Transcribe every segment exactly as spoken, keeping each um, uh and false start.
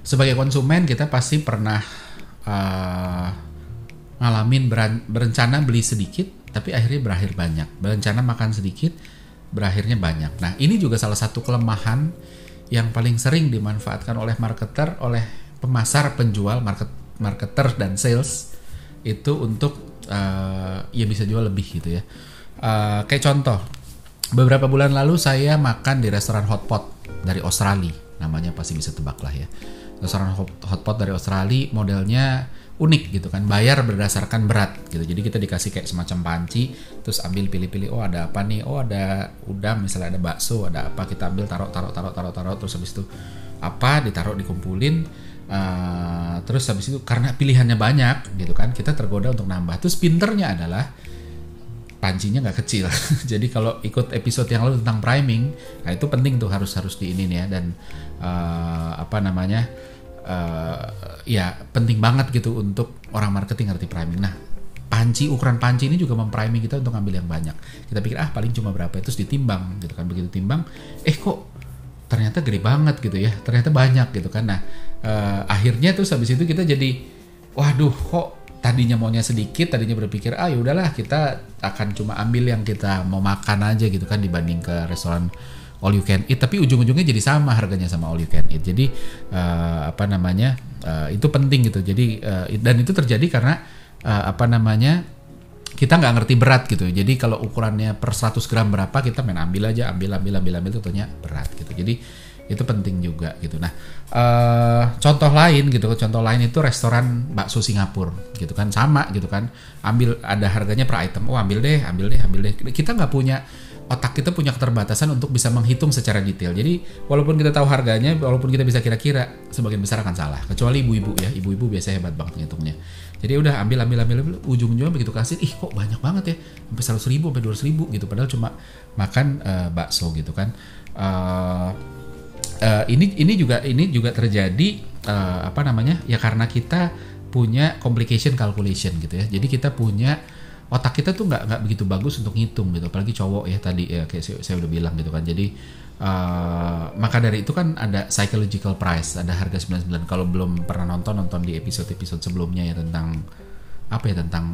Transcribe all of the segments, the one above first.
sebagai konsumen kita pasti pernah uh, ngalamin beran- berencana beli sedikit tapi akhirnya berakhir banyak, berencana makan sedikit berakhirnya banyak. Nah ini juga salah satu kelemahan yang paling sering dimanfaatkan oleh marketer, oleh pemasar, penjual, market, marketer dan sales itu untuk uh, ya bisa jual lebih gitu ya. Uh, kayak contoh, beberapa bulan lalu saya makan di restoran hotpot dari Australia, namanya pasti bisa tebak lah ya. Restoran hotpot dari Australia modelnya unik gitu kan, bayar berdasarkan berat gitu. Jadi kita dikasih kayak semacam panci, terus ambil pilih-pilih, oh ada apa nih, oh ada udang, misalnya ada bakso, ada apa, kita ambil taruh taruh taruh taruh taruh, terus habis itu apa ditaruh dikumpulin, uh, terus habis itu karena pilihannya banyak gitu kan, kita tergoda untuk nambah. Terus pinternya adalah pancinya nggak kecil. Jadi kalau ikut episode yang lalu tentang priming, nah itu penting tuh harus harus di ini nih ya, dan uh, apa namanya uh, ya penting banget gitu untuk orang marketing ngerti priming. Nah panci, ukuran panci ini juga mempriming kita untuk ambil yang banyak. Kita pikir ah paling cuma berapa, terus ditimbang gitu kan, begitu timbang eh kok ternyata gede banget gitu ya, ternyata banyak gitu kan. Nah uh, akhirnya terus habis itu kita jadi waduh kok tadinya maunya sedikit, tadinya berpikir ah ya udahlah kita akan cuma ambil yang kita mau makan aja gitu kan, dibanding ke restoran all you can eat, tapi ujung-ujungnya jadi sama harganya sama all you can eat. Jadi uh, apa namanya uh, itu penting gitu. Jadi uh, dan itu terjadi karena uh, apa namanya kita nggak ngerti berat gitu. Jadi kalau ukurannya per seratus gram berapa, kita main ambil aja, ambil ambil ambil ambil, tentunya berat gitu. Jadi itu penting juga gitu. Nah uh, contoh lain gitu, contoh lain itu restoran bakso Singapura gitu kan, sama gitu kan, ambil ada harganya per item, oh ambil deh ambil deh ambil deh. Kita nggak punya, otak kita punya keterbatasan untuk bisa menghitung secara detail. Jadi walaupun kita tahu harganya, walaupun kita bisa kira-kira, sebagian besar akan salah. Kecuali ibu-ibu ya, ibu-ibu biasanya hebat banget ngitungnya. Jadi udah ambil ambil ambil ambil, ujung-ujungnya begitu kasih, ih kok banyak banget ya, sampai seratus ribu sampai dua ratus ribu gitu, padahal cuma makan uh, bakso gitu kan. Uh, uh, ini ini juga ini juga terjadi uh, apa namanya ya, karena kita punya complication calculation gitu ya. Jadi kita punya, otak kita tuh nggak nggak begitu bagus untuk ngitung gitu, apalagi cowok ya tadi ya, kayak saya, saya udah bilang gitu kan. Jadi uh, maka dari itu kan ada psychological price, ada harga sembilan puluh sembilan. Kalau belum pernah nonton nonton di episode-episode sebelumnya ya, tentang apa ya, tentang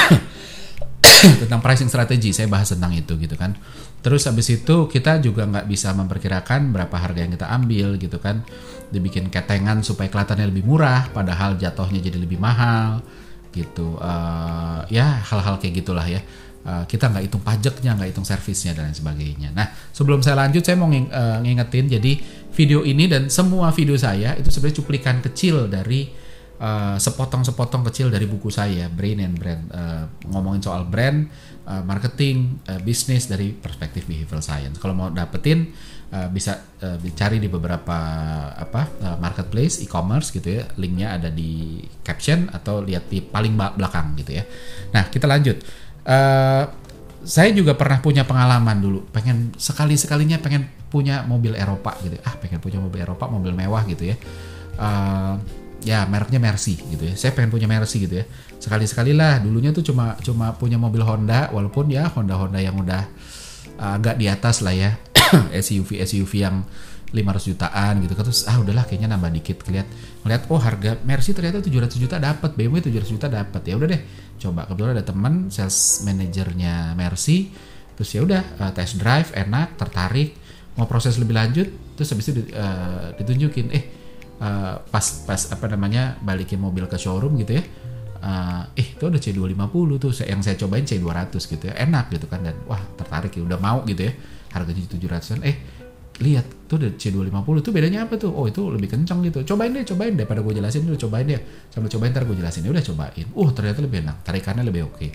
tentang pricing strategy, saya bahas tentang itu gitu kan. Terus habis itu kita juga nggak bisa memperkirakan berapa harga yang kita ambil gitu kan, dibikin ketengan supaya kelihatannya lebih murah padahal jatuhnya jadi lebih mahal gitu. Uh, ya hal-hal kayak gitulah ya. Uh, kita nggak hitung pajaknya, nggak hitung servisnya dan lain sebagainya. Nah sebelum saya lanjut, saya mau ng- uh, ngingetin, jadi video ini dan semua video saya itu sebenarnya cuplikan kecil dari Uh, sepotong-sepotong kecil dari buku saya, Brain and Brand, uh, ngomongin soal brand, uh, marketing, uh, bisnis dari perspektif behavioral science. Kalau mau dapetin uh, bisa uh, cari di beberapa apa uh, marketplace e-commerce gitu ya, linknya ada di caption atau lihat di paling belakang gitu ya. Nah kita lanjut. Uh, saya juga pernah punya pengalaman dulu, pengen sekali-sekalinya pengen punya mobil Eropa gitu, ah pengen punya mobil Eropa, mobil mewah gitu ya. Uh, ya mereknya Mercy gitu ya, saya pengen punya Mercy gitu ya, sekali-sekali lah. Dulunya tuh cuma cuma punya mobil Honda, walaupun ya Honda-Honda yang udah uh, agak di atas lah ya, S U V S U V yang lima ratus jutaan gitu kan. Terus ah udahlah kayaknya nambah dikit, ngeliat ngeliat oh harga Mercy ternyata tujuh ratus juta dapat, B M W tujuh ratus juta dapat, ya udah deh coba. Kebetulan ada teman sales manajernya Mercy, terus ya udah uh, test drive, enak, tertarik, mau proses lebih lanjut, terus habis itu uh, ditunjukin eh Uh, pas pas apa namanya balikin mobil ke showroom gitu ya, uh, eh itu ada C dua lima nol tuh yang saya cobain C dua ratus gitu ya, enak gitu kan, dan wah tertarik ya, udah mau gitu ya, harganya tujuh ratusan, eh lihat tuh ada C dua lima nol tuh bedanya apa tuh, oh itu lebih kencang gitu, cobain deh cobain deh, pada gue jelasin dulu, cobain deh sambil cobain ntar gue jelasin, ya udah cobain, uh ternyata lebih enak, tarikannya lebih oke.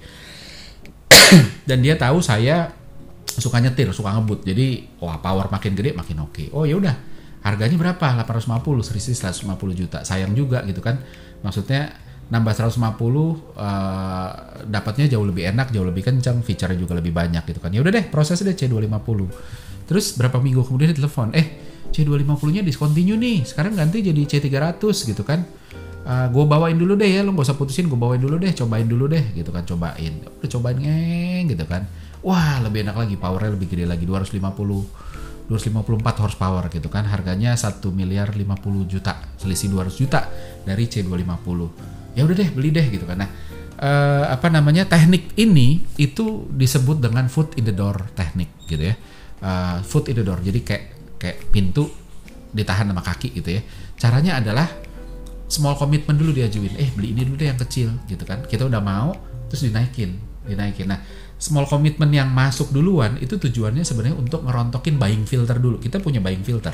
Dan dia tahu saya suka nyetir, suka ngebut, jadi wah power makin gede makin oke. Oh ya udah, harganya berapa? delapan ratus lima puluh, selisih seratus lima puluh juta. Sayang juga gitu kan. Maksudnya nambah seratus lima puluh uh, dapatnya jauh lebih enak, jauh lebih kencang, feature-nya juga lebih banyak gitu kan. Ya udah deh, proses deh C dua lima nol. Terus berapa minggu kemudian ditelepon, "Eh, C dua lima nol-nya discontinue nih. Sekarang ganti jadi C tiga ratus gitu kan. Uh, gue bawain dulu deh ya, lo gak usah putusin, gue bawain dulu deh, cobain dulu deh gitu kan, cobain. Udah cobain ngeng gitu kan. Wah, lebih enak lagi, powernya lebih gede lagi, dua ratus lima puluh dua ratus lima puluh empat horsepower gitu kan, harganya satu miliar lima puluh juta, selisih dua ratus juta dari C dua lima nol. Ya udah deh beli deh gitu kan. Nah uh, apa namanya, teknik ini itu disebut dengan foot in the door teknik gitu ya. Uh, foot in the door, jadi kayak kayak pintu ditahan sama kaki gitu ya. Caranya adalah small commitment dulu diajuin, eh beli ini dulu deh yang kecil gitu kan, kita udah mau terus dinaikin dinaikin. Nah small commitment yang masuk duluan itu tujuannya sebenarnya untuk ngerontokin buying filter dulu. Kita punya buying filter,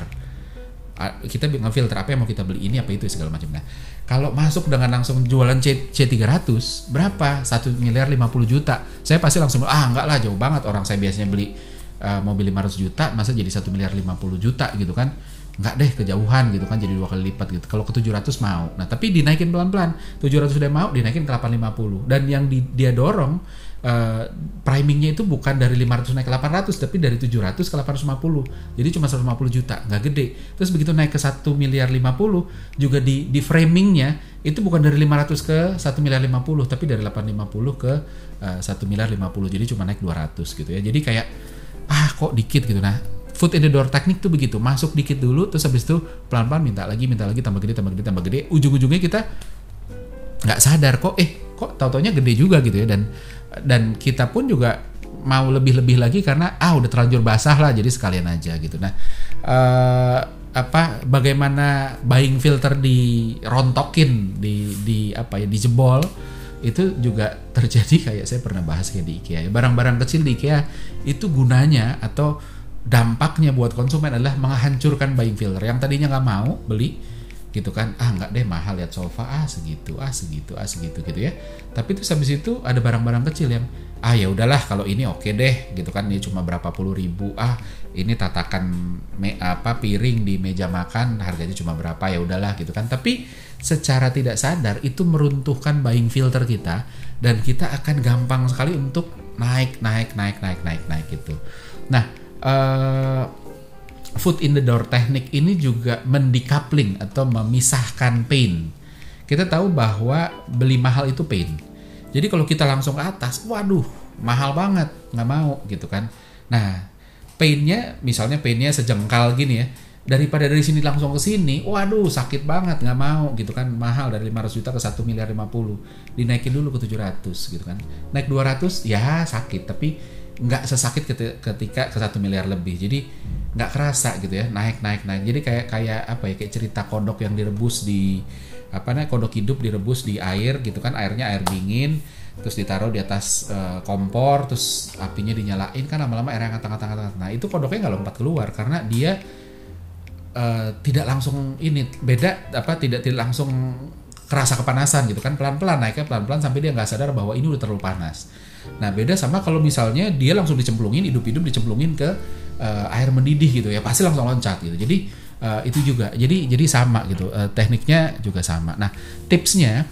kita ngefilter apa yang mau kita beli, ini apa itu segala macam. Nah kalau masuk dengan langsung jualan C, C tiga ratus berapa, satu miliar lima puluh juta, saya pasti langsung ah enggak lah, jauh banget, orang saya biasanya beli uh, mobil lima ratus juta masa jadi satu miliar lima puluh juta gitu kan. Enggak deh, kejauhan gitu kan, jadi dua kali lipat gitu. Kalau ke tujuh ratus mau. Nah, tapi dinaikin pelan-pelan. tujuh ratus sudah mau, dinaikin ke delapan ratus lima puluh. Dan yang di, dia dorong uh, primingnya itu bukan dari lima ratus naik ke delapan ratus, tapi dari tujuh ratus ke delapan ratus lima puluh. Jadi cuma seratus lima puluh juta, nggak gede. Terus begitu naik ke satu miliar lima puluh, juga di di framingnya itu bukan dari lima ratus ke satu miliar lima puluh, tapi dari delapan ratus lima puluh ke uh, satu miliar lima puluh. Jadi cuma naik dua ratus gitu ya. Jadi kayak ah kok dikit gitu. Nah, foot in the door teknik tuh begitu, masuk dikit dulu, terus habis itu pelan-pelan minta lagi, minta lagi, tambah gede, tambah gede, tambah gede, ujung-ujungnya kita nggak sadar kok, eh kok tau-taunya gede juga gitu ya, dan dan kita pun juga mau lebih-lebih lagi karena ah udah terlanjur basah lah, jadi sekalian aja gitu. Nah uh, apa bagaimana buying filter dirontokin, di di apa ya dijebol, itu juga terjadi kayak saya pernah bahas kayak di IKEA ya. Barang-barang kecil di IKEA itu gunanya atau dampaknya buat konsumen adalah menghancurkan buying filter. Yang tadinya nggak mau beli gitu kan, ah nggak deh mahal, lihat sofa ah segitu ah segitu ah segitu gitu ya. Tapi terus habis itu ada barang-barang kecil yang ah ya udahlah kalau ini oke deh gitu kan, ini cuma berapa puluh ribu, ah ini tatakan me, apa piring di meja makan harganya cuma berapa, ya udahlah gitu kan. Tapi secara tidak sadar itu meruntuhkan buying filter kita, dan kita akan gampang sekali untuk naik naik naik naik naik naik gitu. Nah Uh, foot in the door teknik ini juga mendecoupling atau memisahkan pain. Kita tahu bahwa beli mahal itu pain. Jadi kalau kita langsung ke atas, waduh mahal banget, nggak mau gitu kan. Nah painnya, misalnya painnya sejengkal gini ya, daripada dari sini langsung ke sini, waduh sakit banget, nggak mau gitu kan. Mahal dari lima ratus juta ke satu miliar lima puluh, dinaikin dulu ke tujuh ratus gitu kan. Naik dua ratus ya sakit, tapi nggak sesakit ketika ke satu miliar lebih, jadi nggak kerasa gitu ya, naik naik naik. Jadi kayak kayak apa ya, kayak cerita kodok yang direbus di apa namanya, kodok hidup direbus di air gitu kan, airnya air dingin, terus ditaruh di atas uh, kompor, terus apinya dinyalain kan, lama-lama airnya ngata-ngata. Nah itu kodoknya nggak lompat keluar karena dia uh, tidak langsung ini beda apa tidak tidak langsung kerasa kepanasan gitu kan, pelan-pelan naiknya pelan-pelan sampai dia nggak sadar bahwa ini udah terlalu panas. Nah beda sama kalau misalnya dia langsung dicemplungin, hidup-hidup dicemplungin ke uh, air mendidih gitu ya, pasti langsung loncat gitu. Jadi uh, itu juga, jadi jadi sama gitu, uh, tekniknya juga sama. Nah tipsnya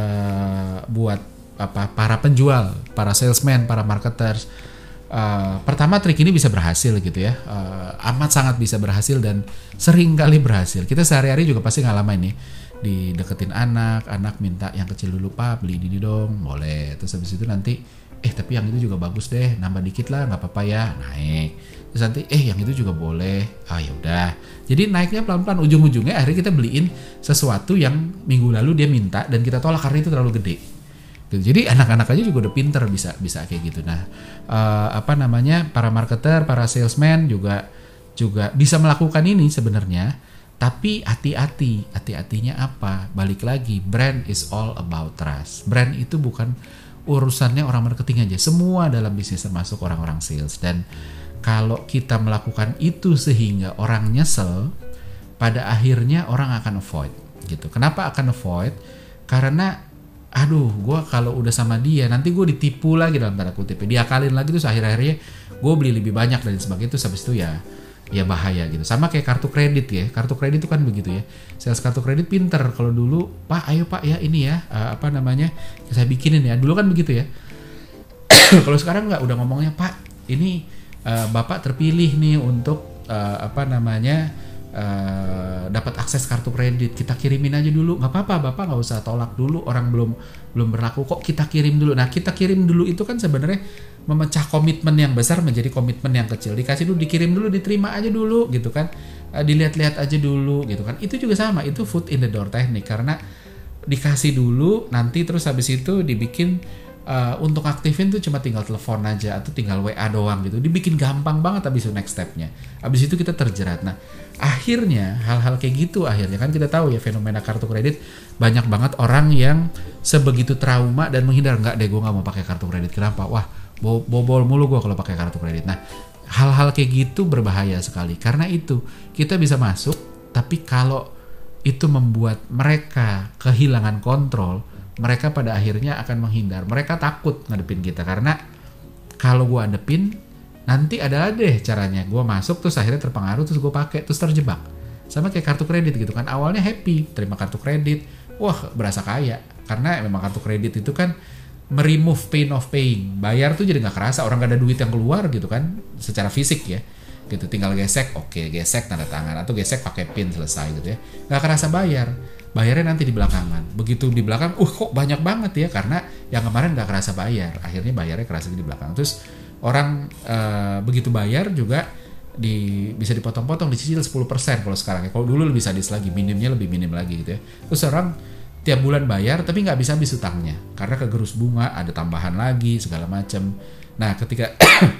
uh, buat apa para penjual, para salesman, para marketers, uh, pertama trik ini bisa berhasil gitu ya, uh, amat sangat bisa berhasil dan sering kali berhasil. Kita sehari-hari juga pasti ngalamin nih, dideketin anak, anak minta yang kecil dulu pak, beli ini dong, boleh. Terus habis itu nanti eh tapi yang itu juga bagus deh, nambah dikit lah nggak apa-apa ya, naik. Terus nanti eh yang itu juga boleh, ah ya udah. Jadi naiknya pelan-pelan, ujung-ujungnya akhirnya kita beliin sesuatu yang minggu lalu dia minta dan kita tolak karena itu terlalu gede. Jadi anak-anak aja juga udah pinter bisa bisa kayak gitu. Nah uh, apa namanya, para marketer, para salesman juga juga bisa melakukan ini sebenarnya. Tapi hati-hati, hati-hatinya apa? Balik lagi, brand is all about trust. Brand itu bukan urusannya orang marketing aja, semua dalam bisnis termasuk orang-orang sales. Dan kalau kita melakukan itu sehingga orang nyesel, pada akhirnya orang akan avoid gitu. Kenapa akan avoid? Karena aduh gue kalau udah sama dia nanti gue ditipu lagi dalam tanda kutip, diakalin lagi, terus akhir-akhirnya gue beli lebih banyak dan sebagainya. Terus habis itu ya ya bahaya gitu. Sama kayak kartu kredit ya, kartu kredit itu kan begitu ya, sales kartu kredit pinter. Kalau dulu pak ayo pak ya ini ya uh, apa namanya saya bikinin ya, dulu kan begitu ya. Kalau sekarang nggak, udah ngomongnya pak ini uh, bapak terpilih nih untuk uh, apa namanya uh, dapat akses kartu kredit, kita kirimin aja dulu, nggak apa-apa bapak nggak usah tolak dulu, orang belum belum berlaku kok, kita kirim dulu. Nah kita kirim dulu itu kan sebenarnya memecah komitmen yang besar menjadi komitmen yang kecil. Dikasih dulu, dikirim dulu, diterima aja dulu gitu kan, uh, dilihat-lihat aja dulu gitu kan. Itu juga sama, itu foot in the door teknik, karena dikasih dulu, nanti terus habis itu dibikin uh, untuk aktifin tuh cuma tinggal telepon aja atau tinggal W A doang gitu, dibikin gampang banget. Habis itu next stepnya, habis itu kita terjerat. Nah akhirnya hal-hal kayak gitu, akhirnya kan kita tahu ya fenomena kartu kredit, banyak banget orang yang sebegitu trauma dan menghindar, nggak deh gue nggak mau pakai kartu kredit. Kenapa? Wah bo- bobol mulu gue kalau pakai kartu kredit. Nah hal-hal kayak gitu berbahaya sekali, karena itu kita bisa masuk, tapi kalau itu membuat mereka kehilangan kontrol, mereka pada akhirnya akan menghindar. Mereka takut ngadepin kita, karena kalau gue hadepin nanti ada deh caranya gue masuk terus akhirnya terpengaruh, terus gue pakai terus terjebak. Sama kayak kartu kredit gitu kan, awalnya happy terima kartu kredit, wah berasa kaya, karena memang kartu kredit itu kan meremove pain of paying. Bayar tuh jadi nggak kerasa, orang gak ada duit yang keluar gitu kan secara fisik ya gitu, tinggal gesek, oke gesek tanda tangan, atau gesek pakai pin selesai gitu ya, nggak kerasa bayar. Bayarnya nanti di belakangan, begitu di belakang uh kok banyak banget ya, karena yang kemarin nggak kerasa bayar, akhirnya bayarnya kerasa di belakang. Terus orang uh, begitu bayar juga di, bisa dipotong-potong, dicicil sepuluh persen kalau sekarang ya. Kalau dulu lebih sadis lagi, minimnya lebih minim lagi gitu ya. Terus orang tiap bulan bayar tapi nggak bisa habis utangnya karena kegerus bunga, ada tambahan lagi segala macam. Nah ketika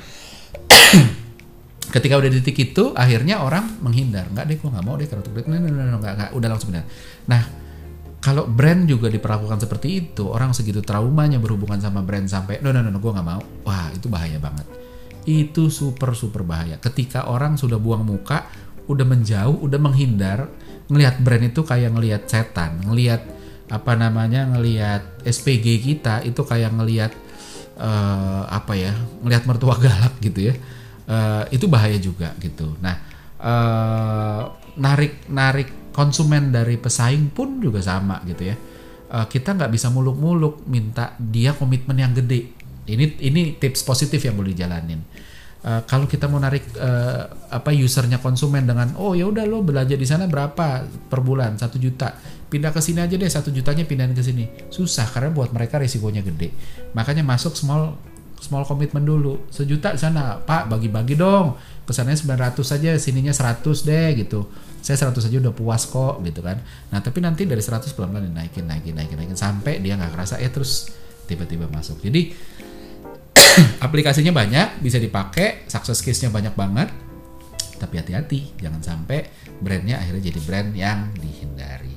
ketika udah di titik itu, akhirnya orang menghindar. Nggak deh, gue nggak mau deh kartu kredit. Nah, nah, nah, nggak, nggak, udah langsung benar. Nah, kalau brand juga diperlakukan seperti itu, orang segitu traumanya berhubungan sama brand sampai, no, no, no, no gue nggak mau. Wah, itu bahaya banget. Itu super, super bahaya. Ketika orang sudah buang muka, udah menjauh, udah menghindar, ngelihat brand itu kayak ngelihat setan, ngelihat apa namanya, ngelihat S P G kita itu kayak ngelihat uh, apa ya, ngelihat mertua galak gitu ya. Uh, itu bahaya juga gitu. Nah, uh, narik narik konsumen dari pesaing pun juga sama gitu ya. Uh, kita nggak bisa muluk-muluk minta dia komitmen yang gede. Ini ini tips positif yang boleh dijalanin. Uh, kalau kita mau narik uh, apa usernya konsumen dengan oh ya udah lo belanja di sana berapa per bulan satu juta, pindah ke sini aja deh satu jutanya pindahin ke sini, susah karena buat mereka risikonya gede. Makanya masuk small small komitmen dulu, sejuta di sana pak, bagi-bagi dong, kesannya sembilan ratus aja, sininya seratus deh gitu, saya seratus aja udah puas kok gitu kan. Nah tapi nanti dari seratus pelan-pelan dinaikin naikin naikin naikin sampai dia nggak kerasa ya terus tiba-tiba masuk. Jadi aplikasinya banyak, bisa dipakai, success case-nya banyak banget, tapi hati-hati jangan sampai brandnya akhirnya jadi brand yang dihindari.